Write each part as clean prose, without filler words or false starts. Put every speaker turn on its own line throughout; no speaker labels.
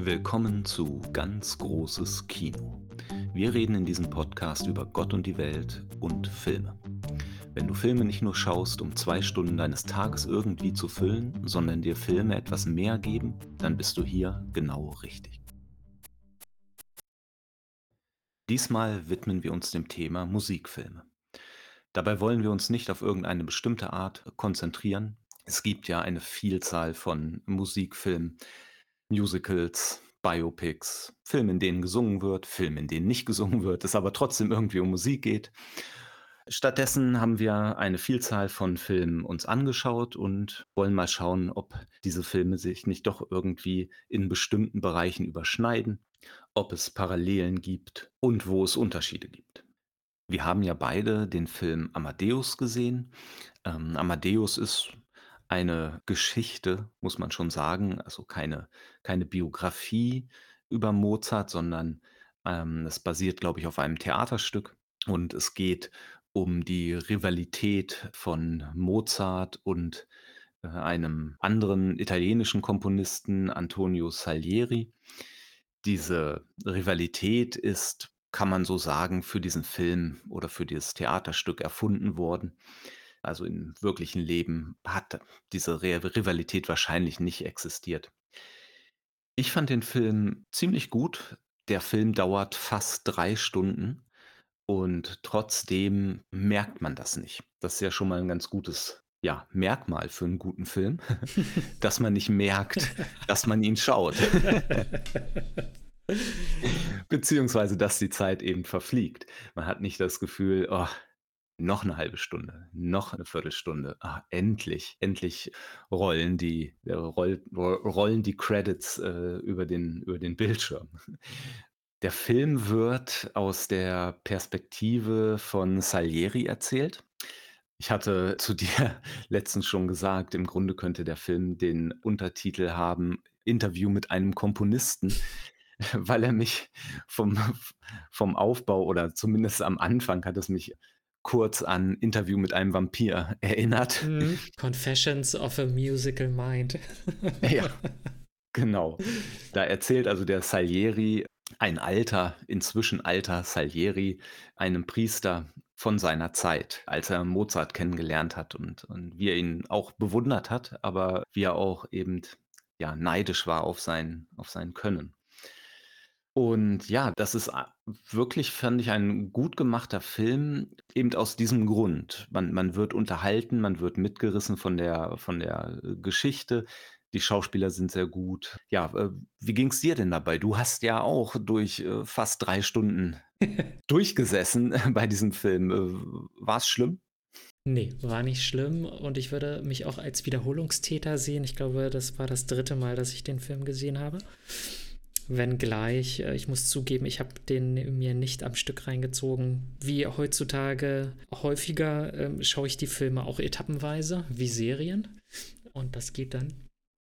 Willkommen zu Ganz großes Kino. Wir reden in diesem Podcast über Gott und die Welt und Filme. Wenn du Filme nicht nur schaust, um 2 Stunden deines Tages irgendwie zu füllen, sondern dir Filme etwas mehr geben, dann bist du hier genau richtig. Diesmal widmen wir uns dem Thema Musikfilme. Dabei wollen wir uns nicht auf irgendeine bestimmte Art konzentrieren. Es gibt ja eine Vielzahl von Musikfilmen, Musicals, Biopics, Filme, in denen gesungen wird, Filme, in denen nicht gesungen wird, es aber trotzdem irgendwie um Musik geht. Stattdessen haben wir eine Vielzahl von Filmen uns angeschaut und wollen mal schauen, ob diese Filme sich nicht doch irgendwie in bestimmten Bereichen überschneiden, ob es Parallelen gibt und wo es Unterschiede gibt. Wir haben ja beide den Film Amadeus gesehen. Amadeus ist eine Geschichte, muss man schon sagen, also keine Biografie über Mozart, sondern, es basiert, glaube ich, auf einem Theaterstück und es geht um die Rivalität von Mozart und, einem anderen italienischen Komponisten, Antonio Salieri. Diese Rivalität ist, kann man so sagen, für diesen Film oder für dieses Theaterstück erfunden worden. Also, im wirklichen Leben hat diese Rivalität wahrscheinlich nicht existiert. Ich fand den Film ziemlich gut. Der Film dauert fast 3 Stunden und trotzdem merkt man das nicht. Das ist ja schon mal 'n ganz gutes, ja, Merkmal für 'n guten Film, dass man nicht merkt, dass man ihn schaut. Beziehungsweise, dass die Zeit eben verfliegt. Man hat nicht das Gefühl: „Oh, noch 'ne halbe Stunde, noch 'ne Viertelstunde. Ah, endlich rollen die Credits, über den Bildschirm." Der Film wird aus der Perspektive von Salieri erzählt. Ich hatte zu dir letztens schon gesagt, im Grunde könnte der Film den Untertitel haben: „Interview mit einem Komponisten", weil er mich vom vom Aufbau oder zumindest am Anfang hat es mich kurz an „Interview mit einem Vampir" erinnert.
Confessions of a Musical Mind.
Ja, genau. Da erzählt also der Salieri, ein inzwischen alter Salieri, einem Priester von seiner Zeit, als er Mozart kennengelernt hat und wie er ihn auch bewundert hat, aber wie er auch eben, ja, neidisch war auf sein Können. Und ja, das ist wirklich, fand ich, ein gut gemachter Film, eben aus diesem Grund. Man wird unterhalten, man wird mitgerissen von der Geschichte. Die Schauspieler sind sehr gut. Ja, wie ging's dir denn dabei? Du hast ja auch durch, fast 3 Stunden durchgesessen bei diesem Film. War's schlimm?
Nee, war nicht schlimm und ich würde mich auch als Wiederholungstäter sehen. Ich glaube, das war das dritte Mal, dass ich den Film gesehen habe. Wenngleich, ich muss zugeben, ich habe den mir nicht am Stück reingezogen. Wie heutzutage häufiger schaue ich die Filme auch etappenweise, wie Serien. Und das geht dann.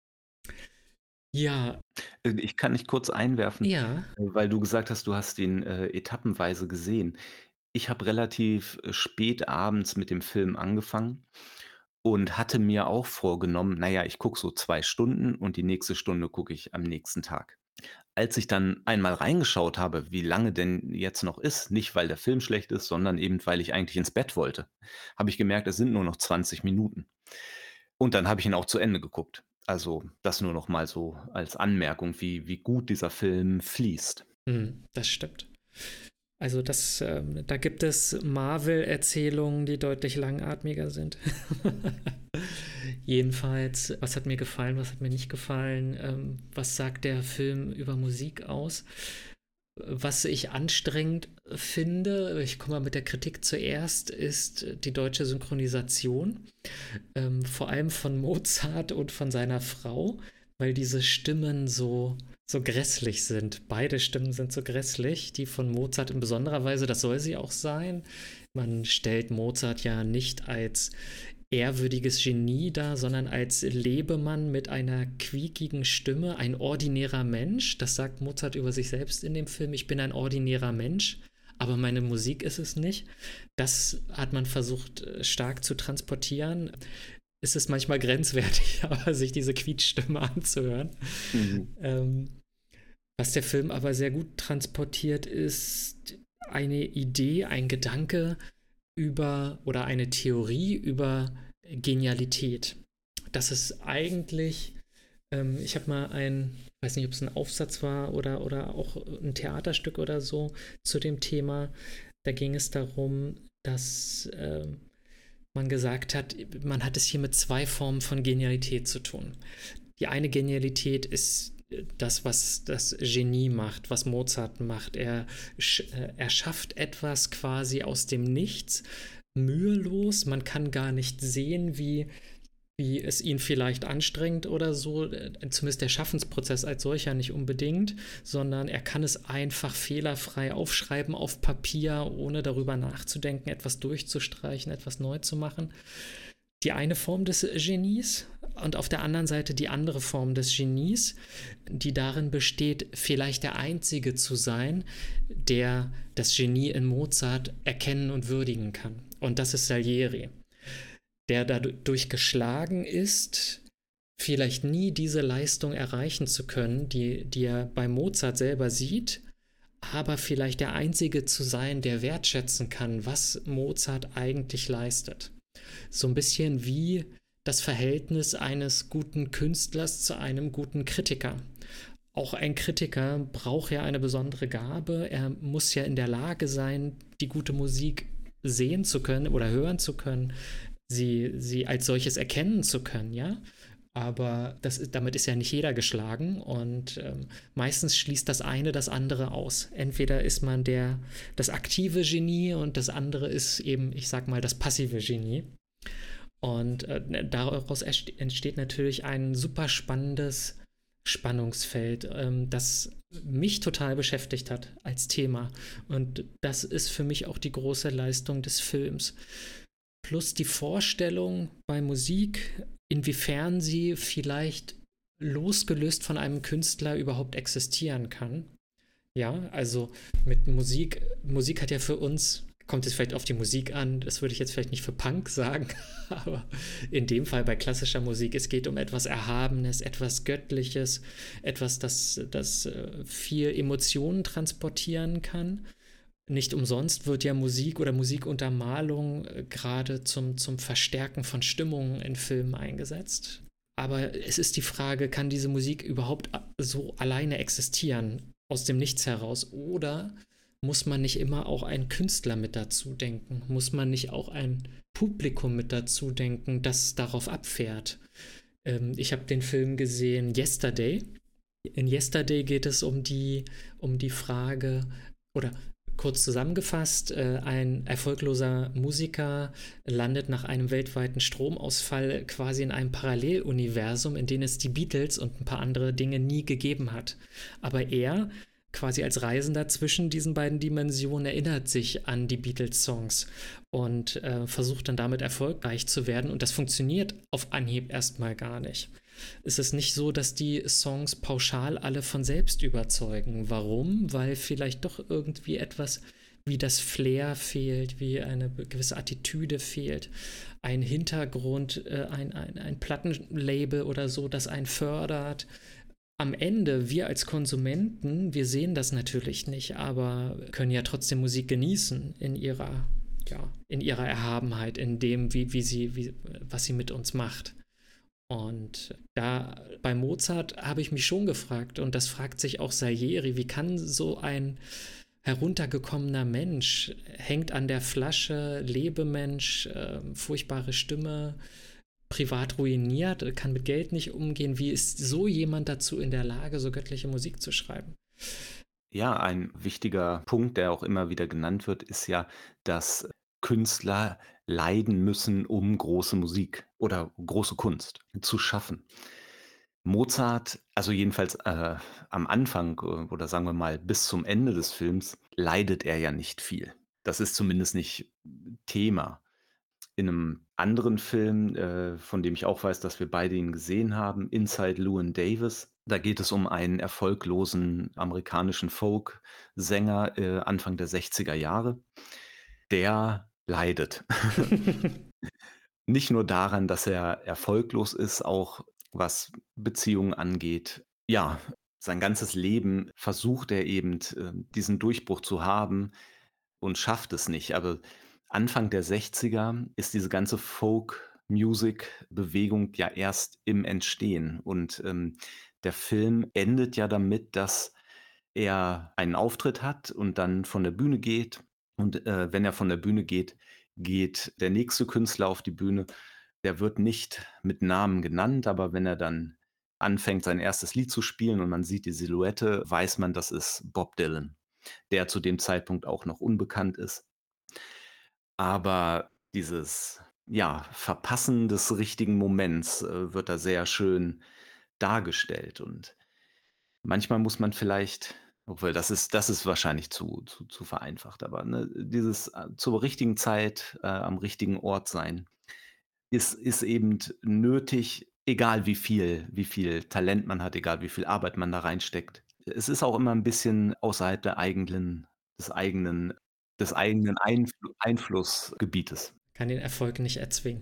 Ja,
Ich kann nicht kurz einwerfen,
ja.
weil du gesagt hast, du hast ihn, etappenweise gesehen. Ich habe relativ, spät abends mit dem Film angefangen und hatte mir auch vorgenommen: „Na ja, ich gucke so 2 Stunden und die nächste Stunde gucke ich am nächsten Tag." Als ich dann einmal reingeschaut habe, wie lange denn jetzt noch ist, nicht weil der Film schlecht ist, sondern eben, weil ich eigentlich ins Bett wollte, habe ich gemerkt, es sind nur noch 20 Minuten. Und dann habe ich ihn auch zu Ende geguckt. Also, das nur noch mal so als Anmerkung, wie gut dieser Film fließt.
Das stimmt. Also da gibt es Marvel-Erzählungen, die deutlich langatmiger sind. Jedenfalls, was hat mir gefallen, was hat mir nicht gefallen? Was sagt der Film über Musik aus? Was ich anstrengend finde, ich komme mal mit der Kritik zuerst, ist die deutsche Synchronisation. Vor allem von Mozart und von seiner Frau, weil diese Stimmen so grässlich sind. Beide Stimmen sind so grässlich. Die von Mozart in besonderer Weise, das soll sie auch sein. Man stellt Mozart ja nicht als ehrwürdiges Genie dar, sondern als Lebemann mit einer quiekigen Stimme, ein ordinärer Mensch. Das sagt Mozart über sich selbst in dem Film. Ich bin ein ordinärer Mensch, aber meine Musik ist es nicht. Das hat man versucht stark zu transportieren. Es ist manchmal grenzwertig, aber sich diese Quietschstimme anzuhören.
Mhm.
Ähm, Was der Film aber sehr gut transportiert, ist eine Idee, ein Gedanke über oder eine Theorie über Genialität. Das ist eigentlich, ich habe mal weiß nicht, ob es ein Aufsatz war oder auch ein Theaterstück oder so zu dem Thema. Da ging es darum, dass man gesagt hat, man hat es hier mit zwei Formen von Genialität zu tun. Die eine Genialität ist das, was das Genie macht, was Mozart macht. Er schafft etwas quasi aus dem Nichts, mühelos. Man kann gar nicht sehen, wie es ihn vielleicht anstrengt oder so. Zumindest der Schaffensprozess als solcher nicht unbedingt, sondern er kann es einfach fehlerfrei aufschreiben auf Papier, ohne darüber nachzudenken, etwas durchzustreichen, etwas neu zu machen. Die eine Form des Genies und auf der anderen Seite die andere Form des Genies, die darin besteht, vielleicht der Einzige zu sein, der das Genie in Mozart erkennen und würdigen kann. Und das ist Salieri, der dadurch geschlagen ist, vielleicht nie diese Leistung erreichen zu können, die er bei Mozart selber sieht, aber vielleicht der Einzige zu sein, der wertschätzen kann, was Mozart eigentlich leistet. So ein bisschen wie das Verhältnis eines guten Künstlers zu einem guten Kritiker. Auch ein Kritiker braucht ja eine besondere Gabe. Er muss ja in der Lage sein, die gute Musik sehen zu können oder hören zu können, sie als solches erkennen zu können, ja. Aber damit ist ja nicht jeder geschlagen und meistens schließt das eine das andere aus. Entweder ist man das aktive Genie und das andere ist eben, ich sag mal, das passive Genie. Und daraus entsteht natürlich ein super spannendes Spannungsfeld, das mich total beschäftigt hat als Thema. Und das ist für mich auch die große Leistung des Films. Plus die Vorstellung bei Musik, inwiefern sie vielleicht losgelöst von einem Künstler überhaupt existieren kann. Ja, also mit Musik hat ja für uns, kommt es vielleicht auf die Musik an, das würde ich jetzt vielleicht nicht für Punk sagen, aber in dem Fall bei klassischer Musik, es geht um etwas Erhabenes, etwas Göttliches, etwas, das viel Emotionen transportieren kann. Nicht umsonst wird ja Musik oder Musikuntermalung gerade zum Verstärken von Stimmungen in Filmen eingesetzt. Aber es ist die Frage, kann diese Musik überhaupt so alleine existieren, aus dem Nichts heraus? Oder muss man nicht immer auch einen Künstler mit dazu denken? Muss man nicht auch ein Publikum mit dazu denken, das darauf abfährt? Ich habe den Film gesehen Yesterday. In Yesterday geht es um die Frage, oder kurz zusammengefasst, ein erfolgloser Musiker landet nach einem weltweiten Stromausfall quasi in einem Paralleluniversum, in dem es die Beatles und ein paar andere Dinge nie gegeben hat. Aber er, quasi als Reisender zwischen diesen beiden Dimensionen, erinnert sich an die Beatles-Songs und versucht dann damit erfolgreich zu werden. Und das funktioniert auf Anhieb erstmal gar nicht. Es ist nicht so, dass die Songs pauschal alle von selbst überzeugen. Warum? Weil vielleicht doch irgendwie etwas wie das Flair fehlt, wie eine gewisse Attitüde fehlt, ein Hintergrund, ein Plattenlabel oder so, das einen fördert. Am Ende, wir als Konsumenten, wir sehen das natürlich nicht, aber können ja trotzdem Musik genießen in ihrer Erhabenheit, in dem, was sie mit uns macht. Und da bei Mozart habe ich mich schon gefragt, und das fragt sich auch Salieri, wie kann so ein heruntergekommener Mensch, hängt an der Flasche, Lebemensch, furchtbare Stimme, privat ruiniert, kann mit Geld nicht umgehen, wie ist so jemand dazu in der Lage, so göttliche Musik zu schreiben?
Ja, ein wichtiger Punkt, der auch immer wieder genannt wird, ist ja, dass Künstler leiden müssen, um große Musik oder große Kunst zu schaffen. Mozart, also jedenfalls, am Anfang, oder sagen wir mal bis zum Ende des Films, leidet er ja nicht viel. Das ist zumindest nicht Thema. In einem anderen Film, von dem ich auch weiß, dass wir beide ihn gesehen haben, „Inside Llewyn Davis", da geht es um einen erfolglosen amerikanischen Folksänger, Anfang der 60er Jahre. Der leidet. Nicht nur daran, dass er erfolglos ist, auch was Beziehungen angeht. Ja, sein ganzes Leben versucht er eben, diesen Durchbruch zu haben und schafft es nicht. Aber Anfang der 60er ist diese ganze Folk-Music-Bewegung ja erst im Entstehen und, der Film endet ja damit, dass er einen Auftritt hat und dann von der Bühne geht und, wenn er von der Bühne geht, geht der nächste Künstler auf die Bühne. Der wird nicht mit Namen genannt, aber wenn er dann anfängt, sein erstes Lied zu spielen und man sieht die Silhouette, weiß man, das ist Bob Dylan, der zu dem Zeitpunkt auch noch unbekannt ist. Aber dieses, ja, Verpassen des richtigen Moments, wird da sehr schön dargestellt und manchmal muss man vielleicht, obwohl das ist wahrscheinlich zu vereinfacht, aber, ne, dieses, zur richtigen Zeit, am richtigen Ort sein ist eben nötig, egal wie viel Talent man hat, egal wie viel Arbeit man da reinsteckt. Es ist auch immer 'n bisschen außerhalb der eigenen des eigenen des eigenen Einflussgebietes.
Kann den Erfolg nicht erzwingen.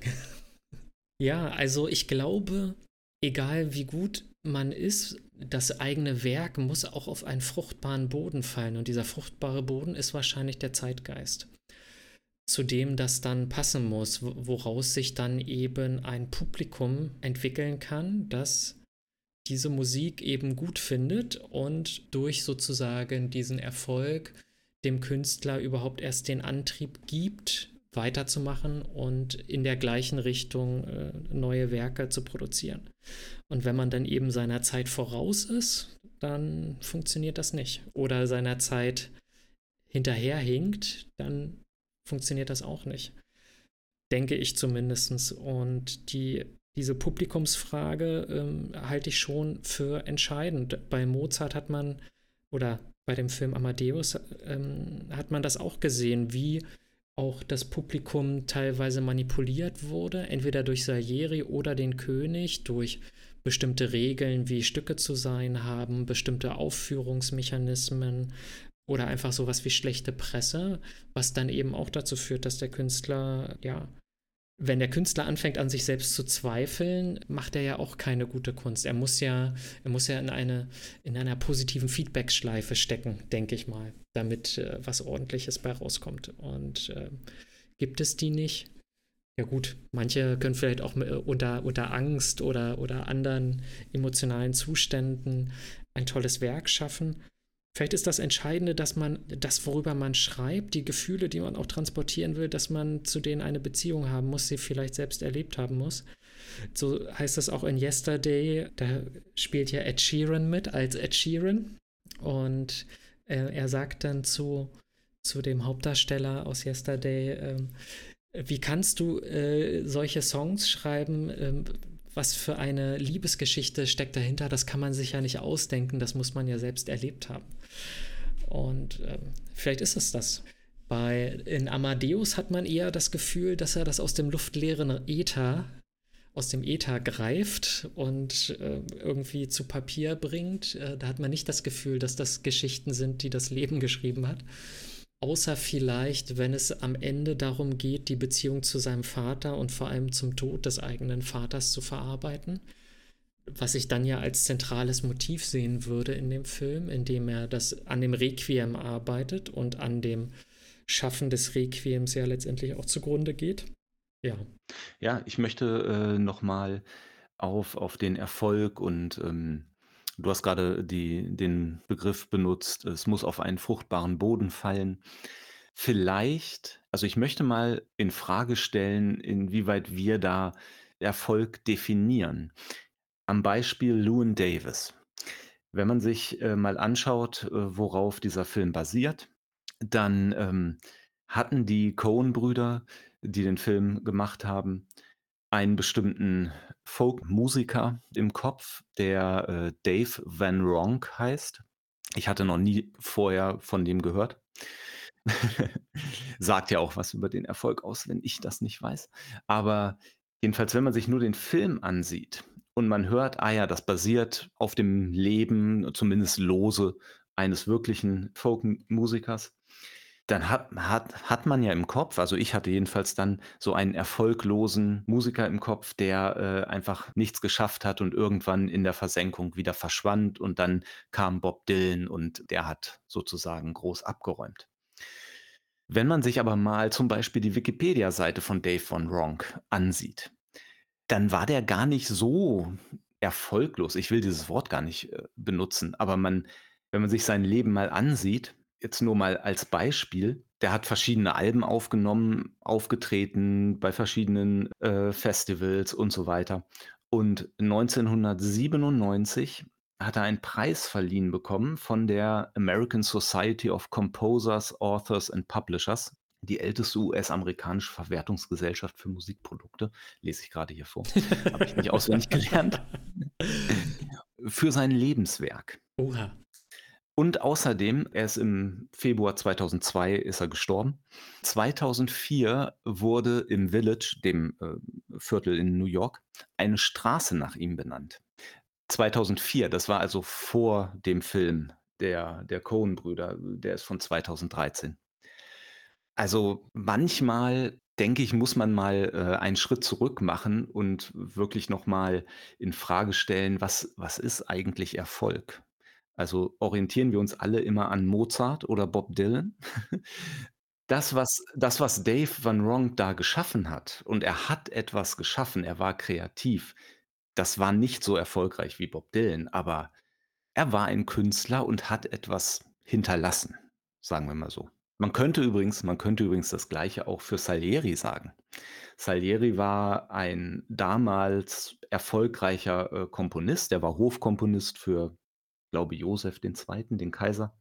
Ja, also ich glaube, egal wie gut man ist, das eigene Werk muss auch auf einen fruchtbaren Boden fallen. Und dieser fruchtbare Boden ist wahrscheinlich der Zeitgeist, zu dem das dann passen muss, woraus sich dann eben ein Publikum entwickeln kann, das diese Musik eben gut findet und durch sozusagen diesen Erfolg dem Künstler überhaupt erst den Antrieb gibt, weiterzumachen und in der gleichen Richtung neue Werke zu produzieren. Und wenn man dann eben seiner Zeit voraus ist, dann funktioniert das nicht. Oder seiner Zeit hinterherhinkt, dann funktioniert das auch nicht. Denke ich zumindest. Und diese Publikumsfrage halte ich schon für entscheidend. Bei Mozart hat man, oder bei dem Film Amadeus, hat man das auch gesehen, wie auch das Publikum teilweise manipuliert wurde, entweder durch Salieri oder den König, durch bestimmte Regeln, wie Stücke zu sein haben, bestimmte Aufführungsmechanismen oder einfach sowas wie schlechte Presse, was dann eben auch dazu führt, dass der Künstler, ja, wenn der Künstler anfängt an sich selbst zu zweifeln, macht er ja auch keine gute Kunst. Er muss ja in einer positiven Feedback-Schleife stecken, denke ich mal, damit was Ordentliches bei rauskommt. Und gibt es die nicht? Ja gut, manche können vielleicht auch unter Angst oder anderen emotionalen Zuständen ein tolles Werk schaffen. Vielleicht ist das Entscheidende, dass man das, worüber man schreibt, die Gefühle, die man auch transportieren will, dass man zu denen eine Beziehung haben muss, sie vielleicht selbst erlebt haben muss. So heißt das auch in Yesterday. Da spielt ja Ed Sheeran mit als Ed Sheeran. Und er sagt dann zu dem Hauptdarsteller aus Yesterday, wie kannst du solche Songs schreiben? Was für eine Liebesgeschichte steckt dahinter? Das kann man sich ja nicht ausdenken, das muss man ja selbst erlebt haben. Und vielleicht ist es das. In Amadeus hat man eher das Gefühl, dass er das aus dem luftleeren Äther, aus dem Äther greift und irgendwie zu Papier bringt. Da hat man nicht das Gefühl, dass das Geschichten sind, die das Leben geschrieben hat. Außer vielleicht, wenn es am Ende darum geht, die Beziehung zu seinem Vater und vor allem zum Tod des eigenen Vaters zu verarbeiten, was ich dann ja als zentrales Motiv sehen würde in dem Film, indem er das an dem Requiem arbeitet und an dem Schaffen des Requiems ja letztendlich auch zugrunde geht. Ja,
Ja, ich möchte, noch mal auf den Erfolg und, du hast gerade den Begriff benutzt, es muss auf einen fruchtbaren Boden fallen. Vielleicht, also, ich möchte mal in Frage stellen, inwieweit wir da Erfolg definieren. Am Beispiel Llewyn Davis. Wenn man sich, mal anschaut, worauf dieser Film basiert, dann, hatten die Coen-Brüder, die den Film gemacht haben, einen bestimmten Folkmusiker im Kopf, der, Dave Van Ronk heißt. Ich hatte noch nie vorher von dem gehört. Sagt ja auch was über den Erfolg aus, wenn ich das nicht weiß. Aber jedenfalls, wenn man sich nur den Film ansieht und man hört, ah ja, das basiert auf dem Leben, zumindest lose, eines wirklichen Folkmusikers, dann hat man ja im Kopf, also ich hatte jedenfalls dann so einen erfolglosen Musiker im Kopf, der, einfach nichts geschafft hat und irgendwann in der Versenkung wieder verschwand und dann kam Bob Dylan und der hat sozusagen groß abgeräumt. Wenn man sich aber mal zum Beispiel die Wikipedia-Seite von Dave Von Ronk ansieht, dann war der gar nicht so erfolglos. Ich will dieses Wort gar nicht, benutzen, aber wenn man sich sein Leben mal ansieht, jetzt nur mal als Beispiel, der hat verschiedene Alben aufgenommen, aufgetreten bei verschiedenen, Festivals und so weiter. Und 1997 hat er einen Preis verliehen bekommen von der American Society of Composers, Authors and Publishers, die älteste US-amerikanische Verwertungsgesellschaft für Musikprodukte, lese ich gerade hier vor, habe ich nicht auswendig gelernt, für sein Lebenswerk.
Oha.
Und außerdem, er ist im Februar 2002 ist er gestorben. 2004 wurde im Village, dem, Viertel in New York, eine Straße nach ihm benannt. 2004, das war also vor dem Film der Coen-Brüder, der ist von 2013. Also, manchmal denke ich, muss man mal, einen Schritt zurück machen und wirklich noch mal in Frage stellen: Was ist eigentlich Erfolg? Also, orientieren wir uns alle immer an Mozart oder Bob Dylan? Das, was Dave Van Ronk da geschaffen hat, und er hat etwas geschaffen, er war kreativ, das war nicht so erfolgreich wie Bob Dylan, aber er war ein Künstler und hat etwas hinterlassen, sagen wir mal so. Man könnte übrigens das Gleiche auch für Salieri sagen. Salieri war ein damals erfolgreicher, Komponist. Der war Hofkomponist für, glaube Josef II., den Kaiser.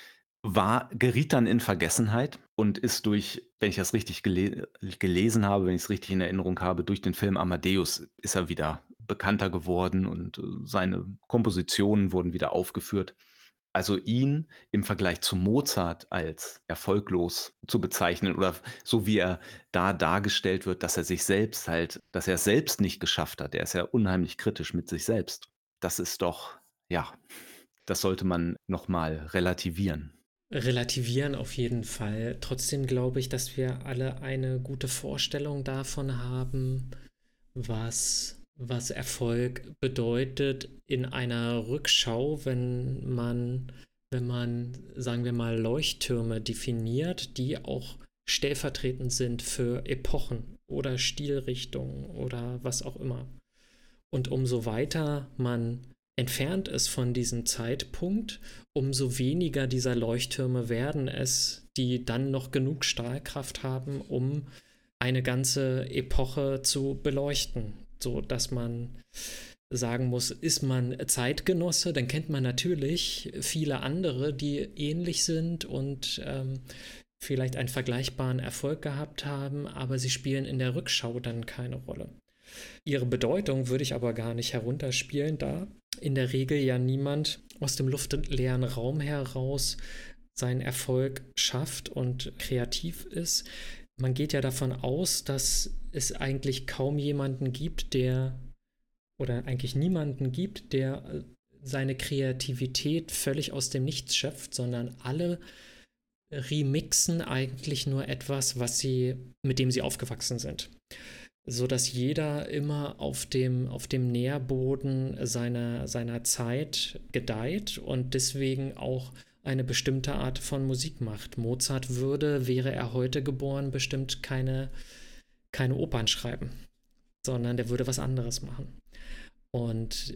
Geriet dann in Vergessenheit und ist durch, wenn ich das richtig gelesen habe, wenn ich's richtig in Erinnerung habe, durch den Film Amadeus ist er wieder bekannter geworden und, seine Kompositionen wurden wieder aufgeführt. Also, ihn im Vergleich zu Mozart als erfolglos zu bezeichnen oder so wie er da dargestellt wird, dass er es selbst nicht geschafft hat. Er ist ja unheimlich kritisch mit sich selbst. Das ist doch, ja, das sollte man noch mal relativieren.
Relativieren auf jeden Fall. Trotzdem glaube ich, dass wir alle eine gute Vorstellung davon haben, was Erfolg bedeutet in einer Rückschau, wenn man, sagen wir mal, Leuchttürme definiert, die auch stellvertretend sind für Epochen oder Stilrichtungen oder was auch immer. Und umso weiter man entfernt ist von diesem Zeitpunkt, umso weniger dieser Leuchttürme werden es, die dann noch genug Strahlkraft haben, um eine ganze Epoche zu beleuchten, so dass man sagen muss, ist man Zeitgenosse, dann kennt man natürlich viele andere, die ähnlich sind und vielleicht einen vergleichbaren Erfolg gehabt haben, aber sie spielen in der Rückschau dann keine Rolle. Ihre Bedeutung würde ich aber gar nicht herunterspielen, da in der Regel ja niemand aus dem luftleeren Raum heraus seinen Erfolg schafft und kreativ ist. Man geht ja davon aus, dass es eigentlich kaum jemanden gibt, oder eigentlich niemanden gibt, der seine Kreativität völlig aus dem Nichts schöpft, sondern alle remixen eigentlich nur etwas, mit dem sie aufgewachsen sind, so dass jeder immer auf dem Nährboden seiner Zeit gedeiht und deswegen auch eine bestimmte Art von Musik macht. Mozart wäre er heute geboren, bestimmt keine Opern schreiben, sondern der würde was anderes machen. Und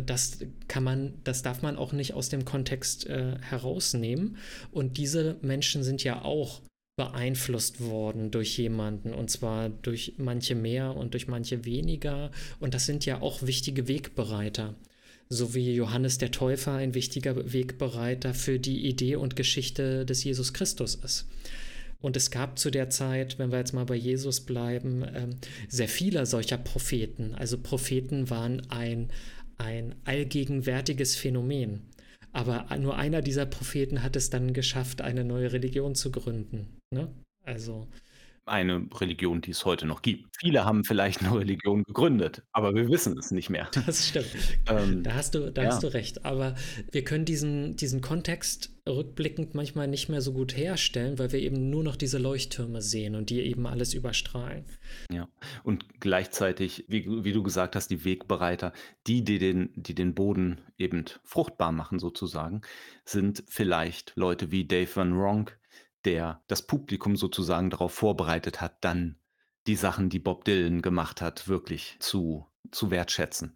das darf man auch nicht aus dem Kontext herausnehmen. Und diese Menschen sind ja auch beeinflusst worden durch jemanden, und zwar durch manche mehr und durch manche weniger. Und das sind ja auch wichtige Wegbereiter. So wie Johannes der Täufer ein wichtiger Wegbereiter für die Idee und Geschichte des Jesus Christus ist. Und es gab zu der Zeit, wenn wir jetzt mal bei Jesus bleiben, sehr viele solcher Propheten. Also Propheten waren ein allgegenwärtiges Phänomen. Aber nur einer dieser Propheten hat es dann geschafft, eine neue Religion zu gründen. Ne? Also
Eine Religion, die es heute noch gibt. Viele haben vielleicht 'ne Religion gegründet, aber wir wissen es nicht mehr.
Das stimmt.
Ähm,
Da hast
ja,
du recht. Aber wir können diesen Kontext rückblickend manchmal nicht mehr so gut herstellen, weil wir eben nur noch diese Leuchttürme sehen und die eben alles überstrahlen.
ja. Und gleichzeitig, wie du gesagt hast, die Wegbereiter, die den Boden eben fruchtbar machen sozusagen, sind vielleicht Leute wie Dave Van Ronk, der das Publikum sozusagen darauf vorbereitet hat, dann die Sachen, die Bob Dylan gemacht hat, wirklich zu wertschätzen.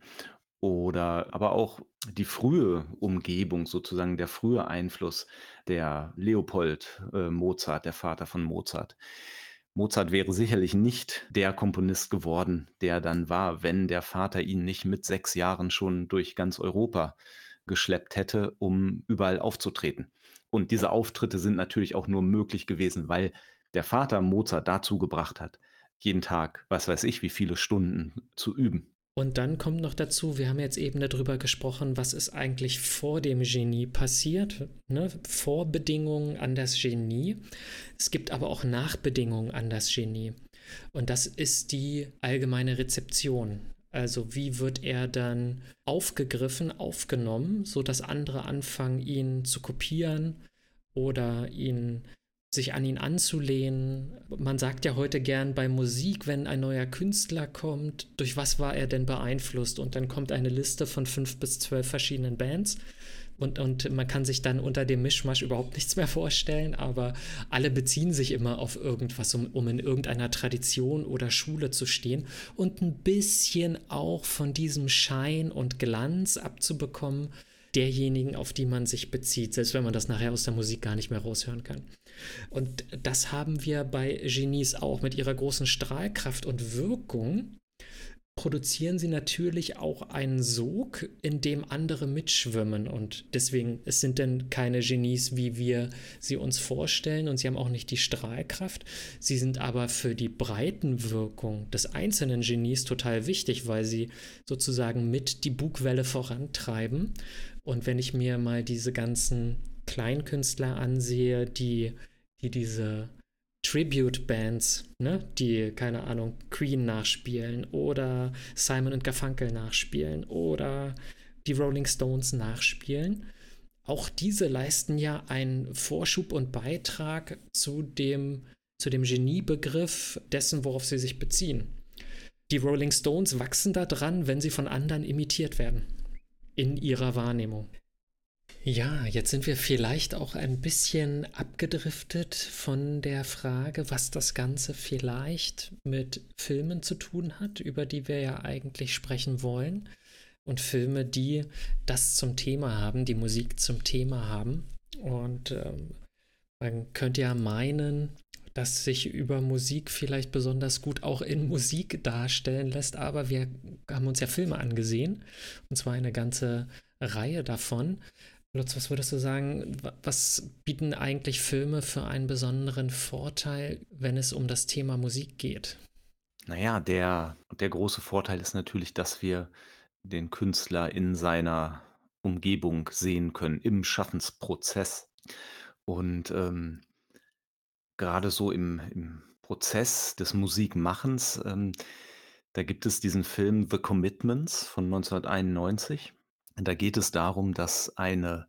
Oder aber auch die frühe Umgebung sozusagen, der frühe Einfluss, der Leopold, Mozart, der Vater von Mozart. Mozart wäre sicherlich nicht der Komponist geworden, der dann war, wenn der Vater ihn nicht mit 6 Jahren schon durch ganz Europa geschleppt hätte, um überall aufzutreten. Und diese Auftritte sind natürlich auch nur möglich gewesen, weil der Vater Mozart dazu gebracht hat, jeden Tag, was weiß ich, wie viele Stunden zu üben.
Und dann kommt noch dazu, wir haben jetzt eben darüber gesprochen, was ist eigentlich vor dem Genie passiert, ne? Vorbedingungen an das Genie. Es gibt aber auch Nachbedingungen an das Genie. Und das ist die allgemeine Rezeption. Also wie wird er dann aufgegriffen, aufgenommen, sodass andere anfangen, ihn zu kopieren oder sich an ihn anzulehnen. Man sagt ja heute gern bei Musik, wenn ein neuer Künstler kommt, durch was war er denn beeinflusst? Und dann kommt eine Liste von 5 bis 12 verschiedenen Bands. Und man kann sich dann unter dem Mischmasch überhaupt nichts mehr vorstellen, aber alle beziehen sich immer auf irgendwas, um in irgendeiner Tradition oder Schule zu stehen und ein bisschen auch von diesem Schein und Glanz abzubekommen, derjenigen, auf die man sich bezieht, selbst wenn man das nachher aus der Musik gar nicht mehr raushören kann. Und das haben wir bei Genies auch mit ihrer großen Strahlkraft und Wirkung. Produzieren sie natürlich auch einen Sog, in dem andere mitschwimmen. Und deswegen, es sind denn keine Genies, wie wir sie uns vorstellen. Und sie haben auch nicht die Strahlkraft. Sie sind aber für die Breitenwirkung des einzelnen Genies total wichtig, weil sie sozusagen mit die Bugwelle vorantreiben. Und wenn ich mir mal diese ganzen Kleinkünstler ansehe, die diese Tribute-Bands, ne, die, keine Ahnung, Queen nachspielen oder Simon und Garfunkel nachspielen oder die Rolling Stones nachspielen. Auch diese leisten ja einen Vorschub und Beitrag zu dem Geniebegriff dessen, worauf sie sich beziehen. Die Rolling Stones wachsen daran, wenn sie von anderen imitiert werden. In ihrer Wahrnehmung. Ja, jetzt sind wir vielleicht auch ein bisschen abgedriftet von der Frage, was das Ganze vielleicht mit Filmen zu tun hat, über die wir ja eigentlich sprechen wollen. Und Filme, die das zum Thema haben, die Musik zum Thema haben. Und man könnte ja meinen, dass sich über Musik vielleicht besonders gut auch in Musik darstellen lässt, aber wir haben uns ja Filme angesehen, und zwar eine ganze Reihe davon. Lutz, was würdest du sagen, was bieten eigentlich Filme für einen besonderen Vorteil, wenn es um das Thema Musik geht?
Na ja, der große Vorteil ist natürlich, dass wir den Künstler in seiner Umgebung sehen können, im Schaffensprozess. Und, grade so im Prozess des Musikmachens, da gibt es diesen Film „The Commitments" von 1991. Da geht es darum, dass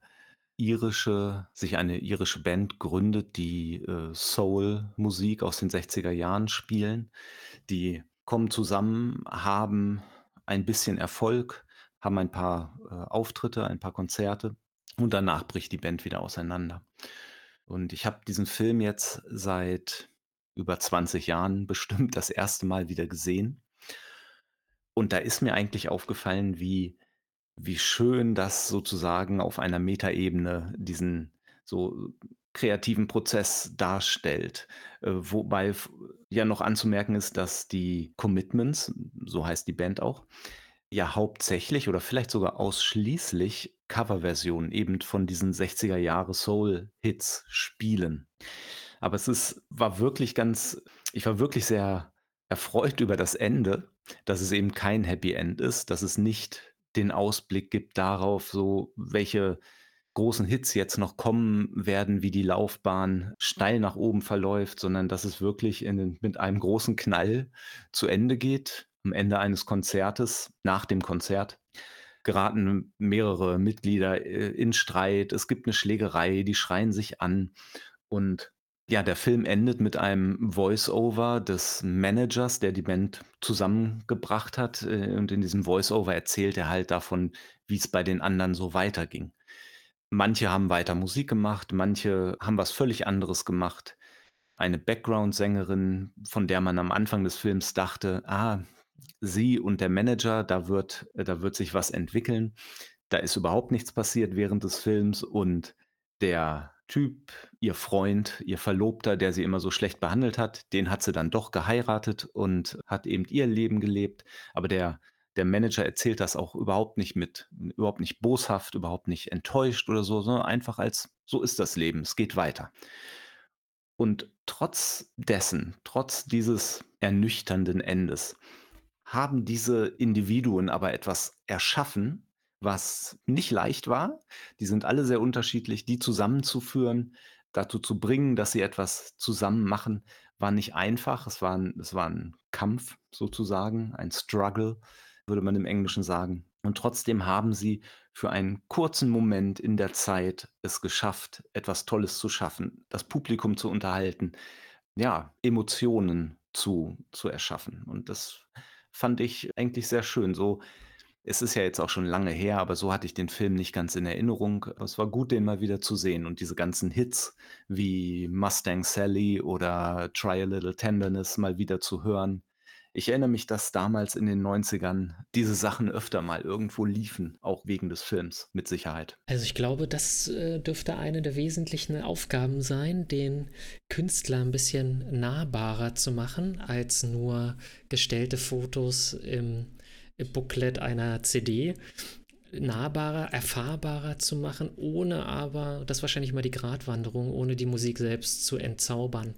eine irische Band gründet, die, Soul-Musik aus den 60er Jahren spielen. Die kommen zusammen, haben ein bisschen Erfolg, haben ein paar, Auftritte, ein paar Konzerte und danach bricht die Band wieder auseinander. Und ich habe diesen Film jetzt seit über 20 Jahren bestimmt das erste Mal wieder gesehen. Und da ist mir eigentlich aufgefallen, wie schön das sozusagen auf einer Metaebene diesen so kreativen Prozess darstellt. Wobei ja noch anzumerken ist, dass die Commitments, so heißt die Band auch, ja hauptsächlich oder vielleicht sogar ausschließlich Coverversionen eben von diesen 60er Jahre Soul-Hits spielen. Aber war wirklich ganz ich war wirklich sehr erfreut über das Ende, dass es eben kein Happy End ist, dass es nicht den Ausblick gibt darauf, so welche großen Hits jetzt noch kommen werden, wie die Laufbahn steil nach oben verläuft, sondern dass es wirklich mit einem großen Knall zu Ende geht. Am Ende eines Konzertes, nach dem Konzert, geraten mehrere Mitglieder, in Streit. Es gibt eine Schlägerei, die schreien sich an und ja, der Film endet mit einem Voice-Over des Managers, der die Band zusammengebracht hat, und in diesem Voice-Over erzählt er halt davon, wie es bei den anderen so weiterging. Manche haben weiter Musik gemacht, manche haben was völlig anderes gemacht. Eine Background-Sängerin, von der man am Anfang des Films dachte: „Ah, sie und der Manager, da wird sich was entwickeln.“ Da ist überhaupt nichts passiert während des Films und der Typ, ihr Freund, ihr Verlobter, der sie immer so schlecht behandelt hat, den hat sie dann doch geheiratet und hat eben ihr Leben gelebt. Aber der Manager erzählt das auch überhaupt nicht boshaft, überhaupt nicht enttäuscht oder so, sondern einfach als: „So ist das Leben, es geht weiter.“ Und trotz dieses ernüchternden Endes, haben diese Individuen aber etwas erschaffen, was nicht leicht war. Die sind alle sehr unterschiedlich. Die zusammenzuführen, dazu zu bringen, dass sie etwas zusammen machen, war nicht einfach. Es war 'n Kampf sozusagen, ein Struggle, würde man im Englischen sagen. Und trotzdem haben sie für einen kurzen Moment in der Zeit es geschafft, etwas Tolles zu schaffen, das Publikum zu unterhalten, ja, Emotionen zu erschaffen. Und das fand ich eigentlich sehr schön. So, es ist ja jetzt auch schon lange her, aber so hatte ich den Film nicht ganz in Erinnerung. Aber es war gut, den mal wieder zu sehen und diese ganzen Hits wie Mustang Sally oder Try a Little Tenderness mal wieder zu hören. Ich erinnere mich, dass damals in den 90ern diese Sachen öfter mal irgendwo liefen, auch wegen des Films, mit Sicherheit.
Also ich glaube, das dürfte eine der wesentlichen Aufgaben sein, den Künstler ein bisschen nahbarer zu machen, als nur gestellte Fotos im Booklet einer CD. Nahbarer, erfahrbarer zu machen, ohne aber, das ist wahrscheinlich mal die Gratwanderung, ohne die Musik selbst zu entzaubern.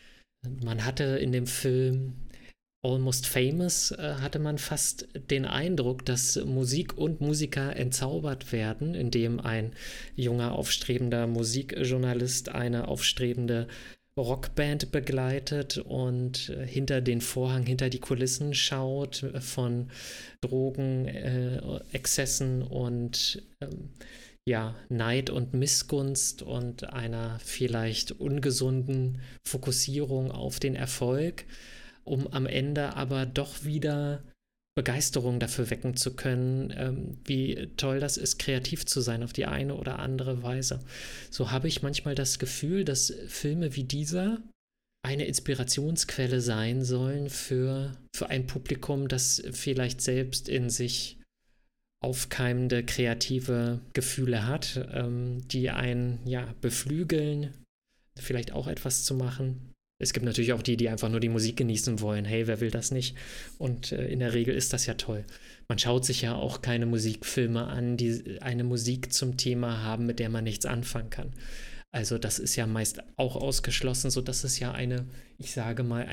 Man hatte in dem Film Almost Famous hatte man fast den Eindruck, dass Musik und Musiker entzaubert werden, indem ein junger, aufstrebender Musikjournalist eine aufstrebende Rockband begleitet und hinter den Vorhang, hinter die Kulissen schaut von Drogen, Exzessen und ja, Neid und Missgunst und einer vielleicht ungesunden Fokussierung auf den Erfolg, um am Ende aber doch wieder Begeisterung dafür wecken zu können, wie toll das ist, kreativ zu sein auf die eine oder andere Weise. So habe ich manchmal das Gefühl, dass Filme wie dieser eine Inspirationsquelle sein sollen für ein Publikum, das vielleicht selbst in sich aufkeimende kreative Gefühle hat, die einen ja beflügeln, vielleicht auch etwas zu machen. Es gibt natürlich auch die, die einfach nur die Musik genießen wollen. Hey, wer will das nicht? Und in der Regel ist das ja toll. Man schaut sich ja auch keine Musikfilme an, die eine Musik zum Thema haben, mit der man nichts anfangen kann. Also das ist ja meist auch ausgeschlossen, sodass es ja eine, ich sage mal,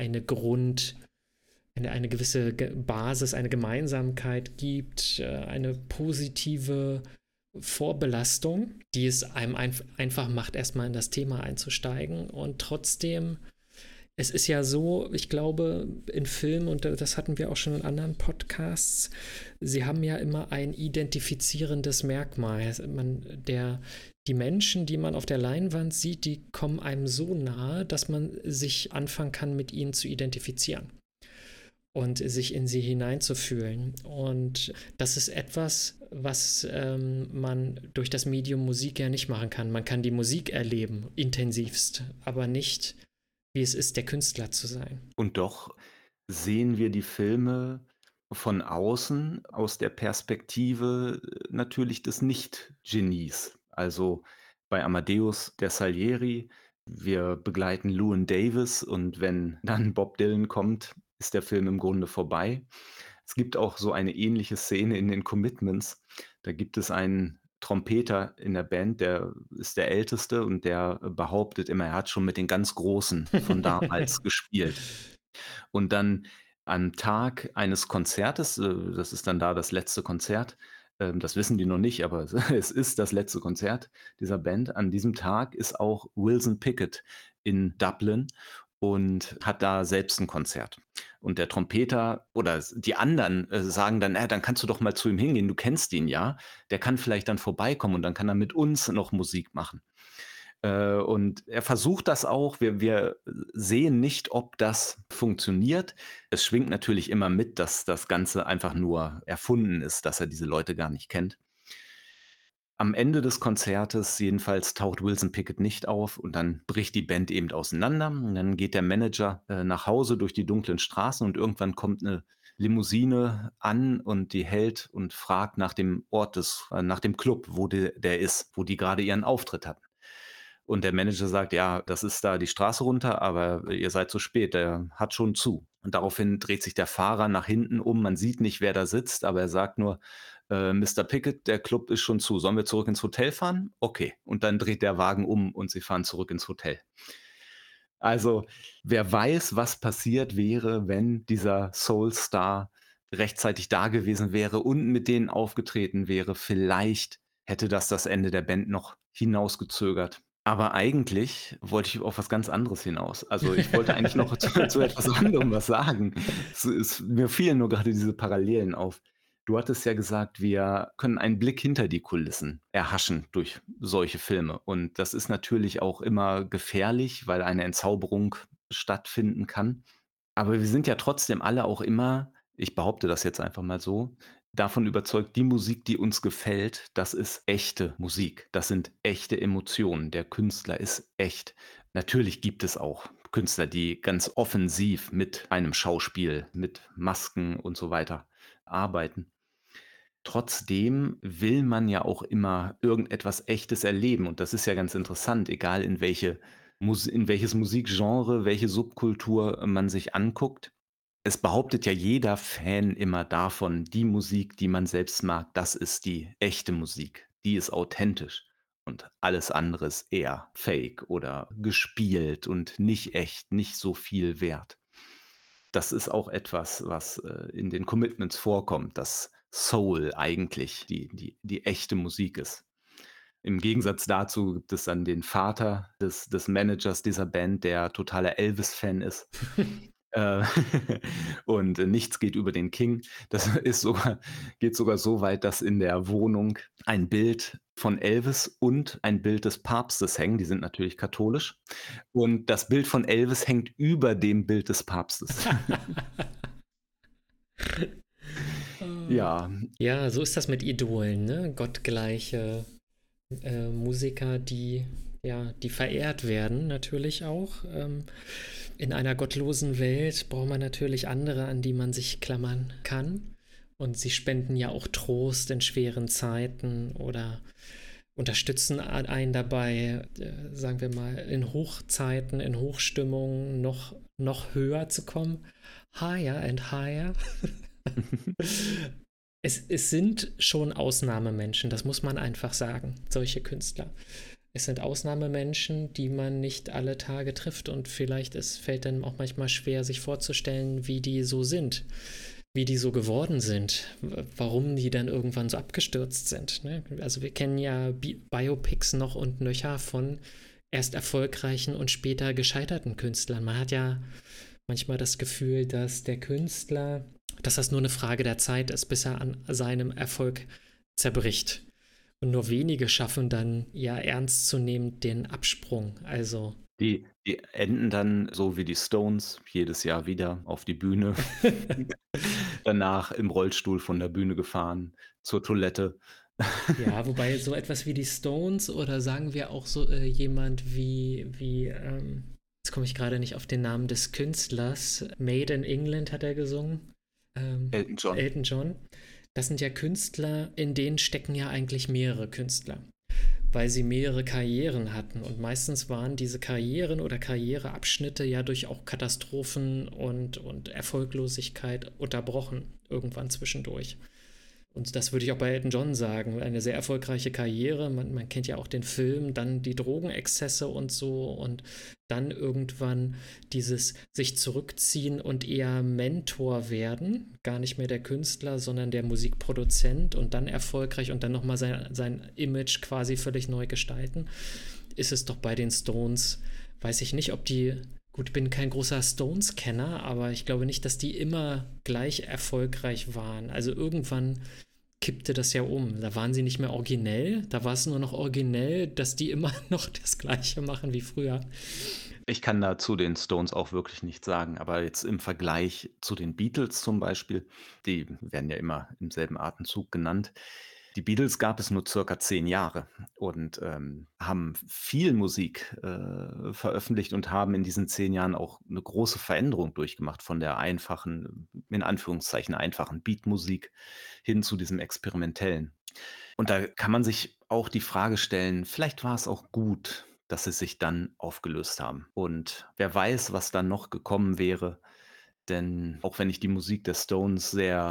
eine gewisse Basis, eine Gemeinsamkeit gibt, eine positive Vorbelastung, die es einem einfach macht, erstmal in das Thema einzusteigen. Und trotzdem, es ist ja so, ich glaube, in Filmen, und das hatten wir auch schon in anderen Podcasts, sie haben ja immer ein identifizierendes Merkmal. Die Menschen, die man auf der Leinwand sieht, die kommen einem so nahe, dass man sich anfangen kann, mit ihnen zu identifizieren und sich in sie hineinzufühlen. Und das ist etwas, was man durch das Medium Musik ja nicht machen kann. Man kann die Musik erleben, intensivst, aber nicht, wie es ist, der Künstler zu sein.
Und doch sehen wir die Filme von außen, aus der Perspektive, natürlich des Nicht-Genies. Also, bei Amadeus der Salieri, wir begleiten Llewyn Davis und wenn dann Bob Dylan kommt, ist der Film im Grunde vorbei. Es gibt auch so eine ähnliche Szene in den Commitments. Da gibt es einen Trompeter in der Band, der ist der Älteste und der behauptet immer, er hat schon mit den ganz Großen von damals gespielt. Und dann am Tag eines Konzertes, das ist dann da das letzte Konzert, Das wissen die noch nicht, aber es ist das letzte Konzert dieser Band. An diesem Tag ist auch Wilson Pickett in Dublin und hat da selbst ein Konzert. Und der Trompeter oder die anderen, sagen dann: dann kannst du doch mal zu ihm hingehen, du kennst ihn ja. Der kann vielleicht dann vorbeikommen und dann kann er mit uns noch Musik machen.“ Und er versucht das auch. Wir sehen nicht, ob das funktioniert. Es schwingt natürlich immer mit, dass das Ganze einfach nur erfunden ist, dass er diese Leute gar nicht kennt. Am Ende des Konzertes jedenfalls taucht Wilson Pickett nicht auf und dann bricht die Band eben auseinander und dann geht der Manager, nach Hause durch die dunklen Straßen und irgendwann kommt 'ne Limousine an und die hält und fragt nach dem Ort nach dem Club, wo der ist, wo die grade ihren Auftritt hatten. Und der Manager sagt: „Ja, das ist da die Straße runter, aber ihr seid zu spät, der hat schon zu.“ Und daraufhin dreht sich der Fahrer nach hinten um. Man sieht nicht, wer da sitzt, aber er sagt nur: „Mister Pickett, der Club ist schon zu. Sollen wir zurück ins Hotel fahren?“ „Okay.“ Und dann dreht der Wagen um und sie fahren zurück ins Hotel. Also, wer weiß, was passiert wäre, wenn dieser Soulstar rechtzeitig da gewesen wäre und mit denen aufgetreten wäre. Vielleicht hätte das Ende der Band noch hinausgezögert. Aber eigentlich wollte ich auf was ganz anderes hinaus. Also, ich wollte eigentlich noch zu etwas anderem was sagen. Mir fielen nur gerade diese Parallelen auf. Du hattest ja gesagt, wir können einen Blick hinter die Kulissen erhaschen durch solche Filme. Und das ist natürlich auch immer gefährlich, weil eine Entzauberung stattfinden kann. Aber wir sind ja trotzdem alle auch immer, ich behaupte das jetzt einfach mal so, davon überzeugt, die Musik, die uns gefällt, das ist echte Musik. Das sind echte Emotionen. Der Künstler ist echt. Natürlich gibt es auch Künstler, die ganz offensiv mit einem Schauspiel, mit Masken und so weiter arbeiten. Trotzdem will man ja auch immer irgendetwas Echtes erleben und das ist ja ganz interessant, egal in welches Musikgenre, welche Subkultur man sich anguckt. Es behauptet ja jeder Fan immer davon, die Musik, die man selbst mag, das ist die echte Musik. Die ist authentisch und alles andere ist eher Fake oder gespielt und nicht echt, nicht so viel wert. Das ist auch etwas, was, in den Commitments vorkommt, dass Soul eigentlich die echte Musik ist. Im Gegensatz dazu gibt es dann den Vater des Managers dieser Band, der totaler Elvis-Fan ist. Äh, und nichts geht über den King. Das ist sogar geht sogar so weit, dass in der Wohnung ein Bild von Elvis und ein Bild des Papstes hängen. Die sind natürlich katholisch. Und das Bild von Elvis hängt über dem Bild des Papstes. Ja,
Ja, so ist das mit Idolen, ne? Gottgleiche Musiker, die verehrt werden, natürlich auch. In einer gottlosen Welt braucht man natürlich andere, an die man sich klammern kann. Und sie spenden ja auch Trost in schweren Zeiten oder unterstützen einen dabei, sagen wir mal, in Hochzeiten, in Hochstimmung noch höher zu kommen. Higher and higher. Es sind schon Ausnahmemenschen, das muss man einfach sagen, solche Künstler. Es sind Ausnahmemenschen, die man nicht alle Tage trifft und vielleicht fällt dann auch manchmal schwer, sich vorzustellen, wie die so sind, wie die so geworden sind, warum die dann irgendwann so abgestürzt sind. Ne? Also wir kennen ja Biopics noch und nöcher von erst erfolgreichen und später gescheiterten Künstlern. Man hat ja manchmal das Gefühl, dass der Künstler, dass das nur eine Frage der Zeit ist, bis er an seinem Erfolg zerbricht. Und nur wenige schaffen dann ja ernstzunehmend den Absprung. Also.
die enden dann so wie die Stones jedes Jahr wieder auf die Bühne, danach im Rollstuhl von der Bühne gefahren, zur Toilette.
Ja, wobei so etwas wie die Stones oder sagen wir auch so jemand wie jetzt komme ich gerade nicht auf den Namen des Künstlers, Made in England hat er gesungen.
Elton John.
Elton John. Das sind ja Künstler, in denen stecken ja eigentlich mehrere Künstler, weil sie mehrere Karrieren hatten. Und meistens waren diese Karrieren oder Karriereabschnitte ja durch auch Katastrophen und Erfolglosigkeit unterbrochen, irgendwann zwischendurch. Und das würde ich auch bei Elton John sagen. Eine sehr erfolgreiche Karriere. Man kennt ja auch den Film, dann die Drogenexzesse und so. Und dann irgendwann dieses sich zurückziehen und eher Mentor werden. Gar nicht mehr der Künstler, sondern der Musikproduzent. Und dann erfolgreich und dann nochmal sein Image quasi völlig neu gestalten. Ist es doch bei den Stones, weiß ich nicht, ob die. Gut, ich bin kein großer Stones-Kenner, aber ich glaube nicht, dass die immer gleich erfolgreich waren. Also irgendwann kippte das ja um. Da waren sie nicht mehr originell. Da war es nur noch originell, dass die immer noch das Gleiche machen wie früher.
Ich kann da zu den Stones auch wirklich nichts sagen, aber jetzt im Vergleich zu den Beatles zum Beispiel, die werden ja immer im selben Atemzug genannt. Die Beatles gab es nur circa 10 Jahre und, haben viel Musik, veröffentlicht und haben in diesen 10 Jahren auch eine große Veränderung durchgemacht von der einfachen, in Anführungszeichen einfachen Beatmusik hin zu diesem Experimentellen. Und da kann man sich auch die Frage stellen, vielleicht war es auch gut, dass sie sich dann aufgelöst haben. Und wer weiß, was dann noch gekommen wäre, denn auch wenn ich die Musik der Stones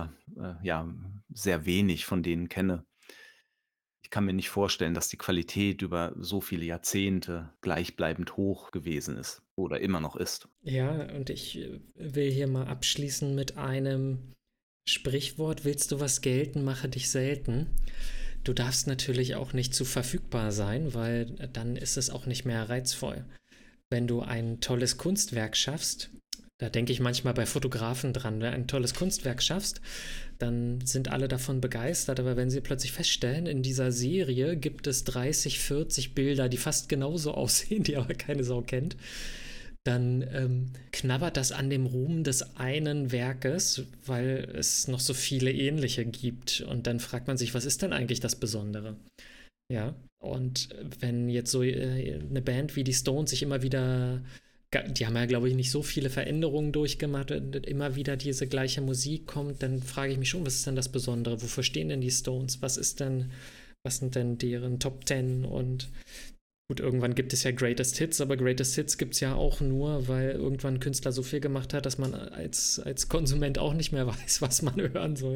ja, sehr wenig von denen kenne, ich kann mir nicht vorstellen, dass die Qualität über so viele Jahrzehnte gleichbleibend hoch gewesen ist oder immer noch ist.
Ja, und ich will hier mal abschließen mit einem Sprichwort: Willst du was gelten, mache dich selten. Du darfst natürlich auch nicht zu verfügbar sein, weil dann ist es auch nicht mehr reizvoll. Wenn du ein tolles Kunstwerk schaffst, da denke ich manchmal bei Fotografen dran, wenn du ein tolles Kunstwerk schaffst, dann sind alle davon begeistert, aber wenn sie plötzlich feststellen, in dieser Serie gibt es 30, 40 Bilder, die fast genauso aussehen, die aber keine Sau kennt, dann knabbert das an dem Ruhm des einen Werkes, weil es noch so viele ähnliche gibt. Und dann fragt man sich, was ist denn eigentlich das Besondere? Ja, und wenn jetzt so eine Band wie die Stones sich immer wieder, die haben ja, glaube ich, nicht so viele Veränderungen durchgemacht und immer wieder diese gleiche Musik kommt, dann frage ich mich schon, was ist denn das Besondere? Wofür stehen denn die Stones? Was sind denn deren Top Ten? Und gut, irgendwann gibt es ja Greatest Hits, aber Greatest Hits gibt es ja auch nur, weil irgendwann ein Künstler so viel gemacht hat, dass man als Konsument auch nicht mehr weiß, was man hören soll.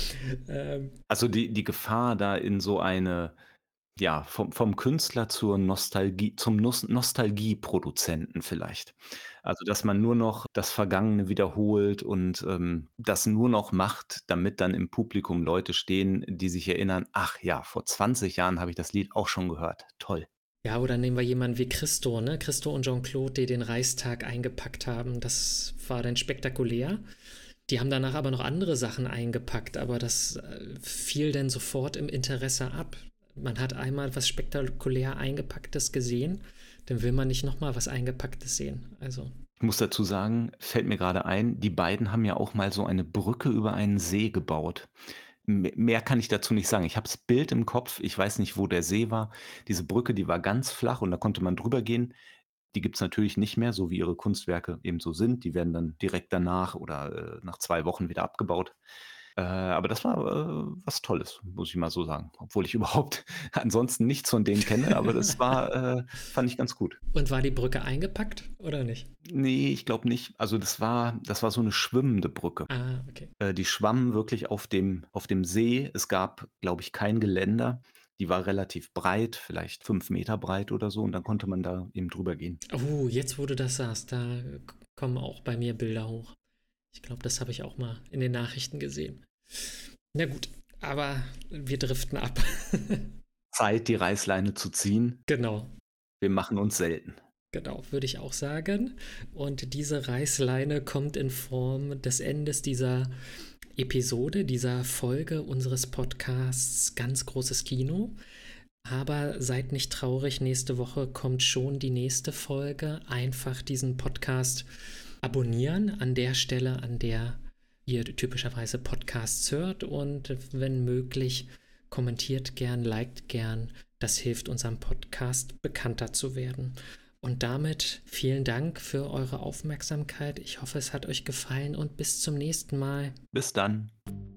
Also die Gefahr da in so eine, ja, vom Künstler zur Nostalgie, zum Nostalgieproduzenten vielleicht. Also, dass man nur noch das Vergangene wiederholt und, das nur noch macht, damit dann im Publikum Leute stehen, die sich erinnern: „Ach ja, vor 20 Jahren habe ich das Lied auch schon gehört. Toll.“
Ja, oder nehmen wir jemanden wie Christo, ne? Christo und Jean-Claude, die den Reichstag eingepackt haben. Das war dann spektakulär. Die haben danach aber noch andere Sachen eingepackt, aber das fiel dann sofort im Interesse ab. Man hat einmal was spektakulär Eingepacktes gesehen, dann will man nicht nochmal was Eingepacktes sehen. Also.
Ich muss dazu sagen, fällt mir gerade ein, die beiden haben ja auch mal so eine Brücke über einen See gebaut. Mehr kann ich dazu nicht sagen. Ich habe das Bild im Kopf, ich weiß nicht, wo der See war. Diese Brücke, die war ganz flach und da konnte man drüber gehen. Die gibt's natürlich nicht mehr, so wie ihre Kunstwerke eben so sind. Die werden dann direkt danach oder, nach 2 Wochen wieder abgebaut. Aber das war, was Tolles, muss ich mal so sagen. Obwohl ich überhaupt ansonsten nichts von denen kenne, aber das war, fand ich ganz gut.
Und war die Brücke eingepackt oder nicht?
Ne, ich glaube nicht. Also, das war so 'ne schwimmende Brücke.
Ah, okay.
Die schwammen wirklich auf dem See. Es gab, glaube ich, kein Geländer. Die war relativ breit, vielleicht 5 Meter breit oder so und dann konnte man da eben drüber gehen.
Oh, jetzt wo du das sagst, da kommen auch bei mir Bilder hoch. Ich glaube, das habe ich auch mal in den Nachrichten gesehen. Na gut, aber wir driften ab.
Zeit, die Reißleine zu ziehen.
Genau,
Wir machen uns selten.
genau, würde ich auch sagen. Und diese Reißleine kommt in Form des Endes dieser Episode, dieser Folge unseres Podcasts Ganz großes Kino. Aber seid nicht traurig, nächste Woche kommt schon die nächste Folge. Einfach diesen Podcast abonnieren an der Stelle, an der ihr typischerweise Podcasts hört und wenn möglich kommentiert gern, liked gern. Das hilft unserem Podcast bekannter zu werden. Und damit vielen Dank für eure Aufmerksamkeit. Ich hoffe, es hat euch gefallen und bis zum nächsten Mal.
Bis dann.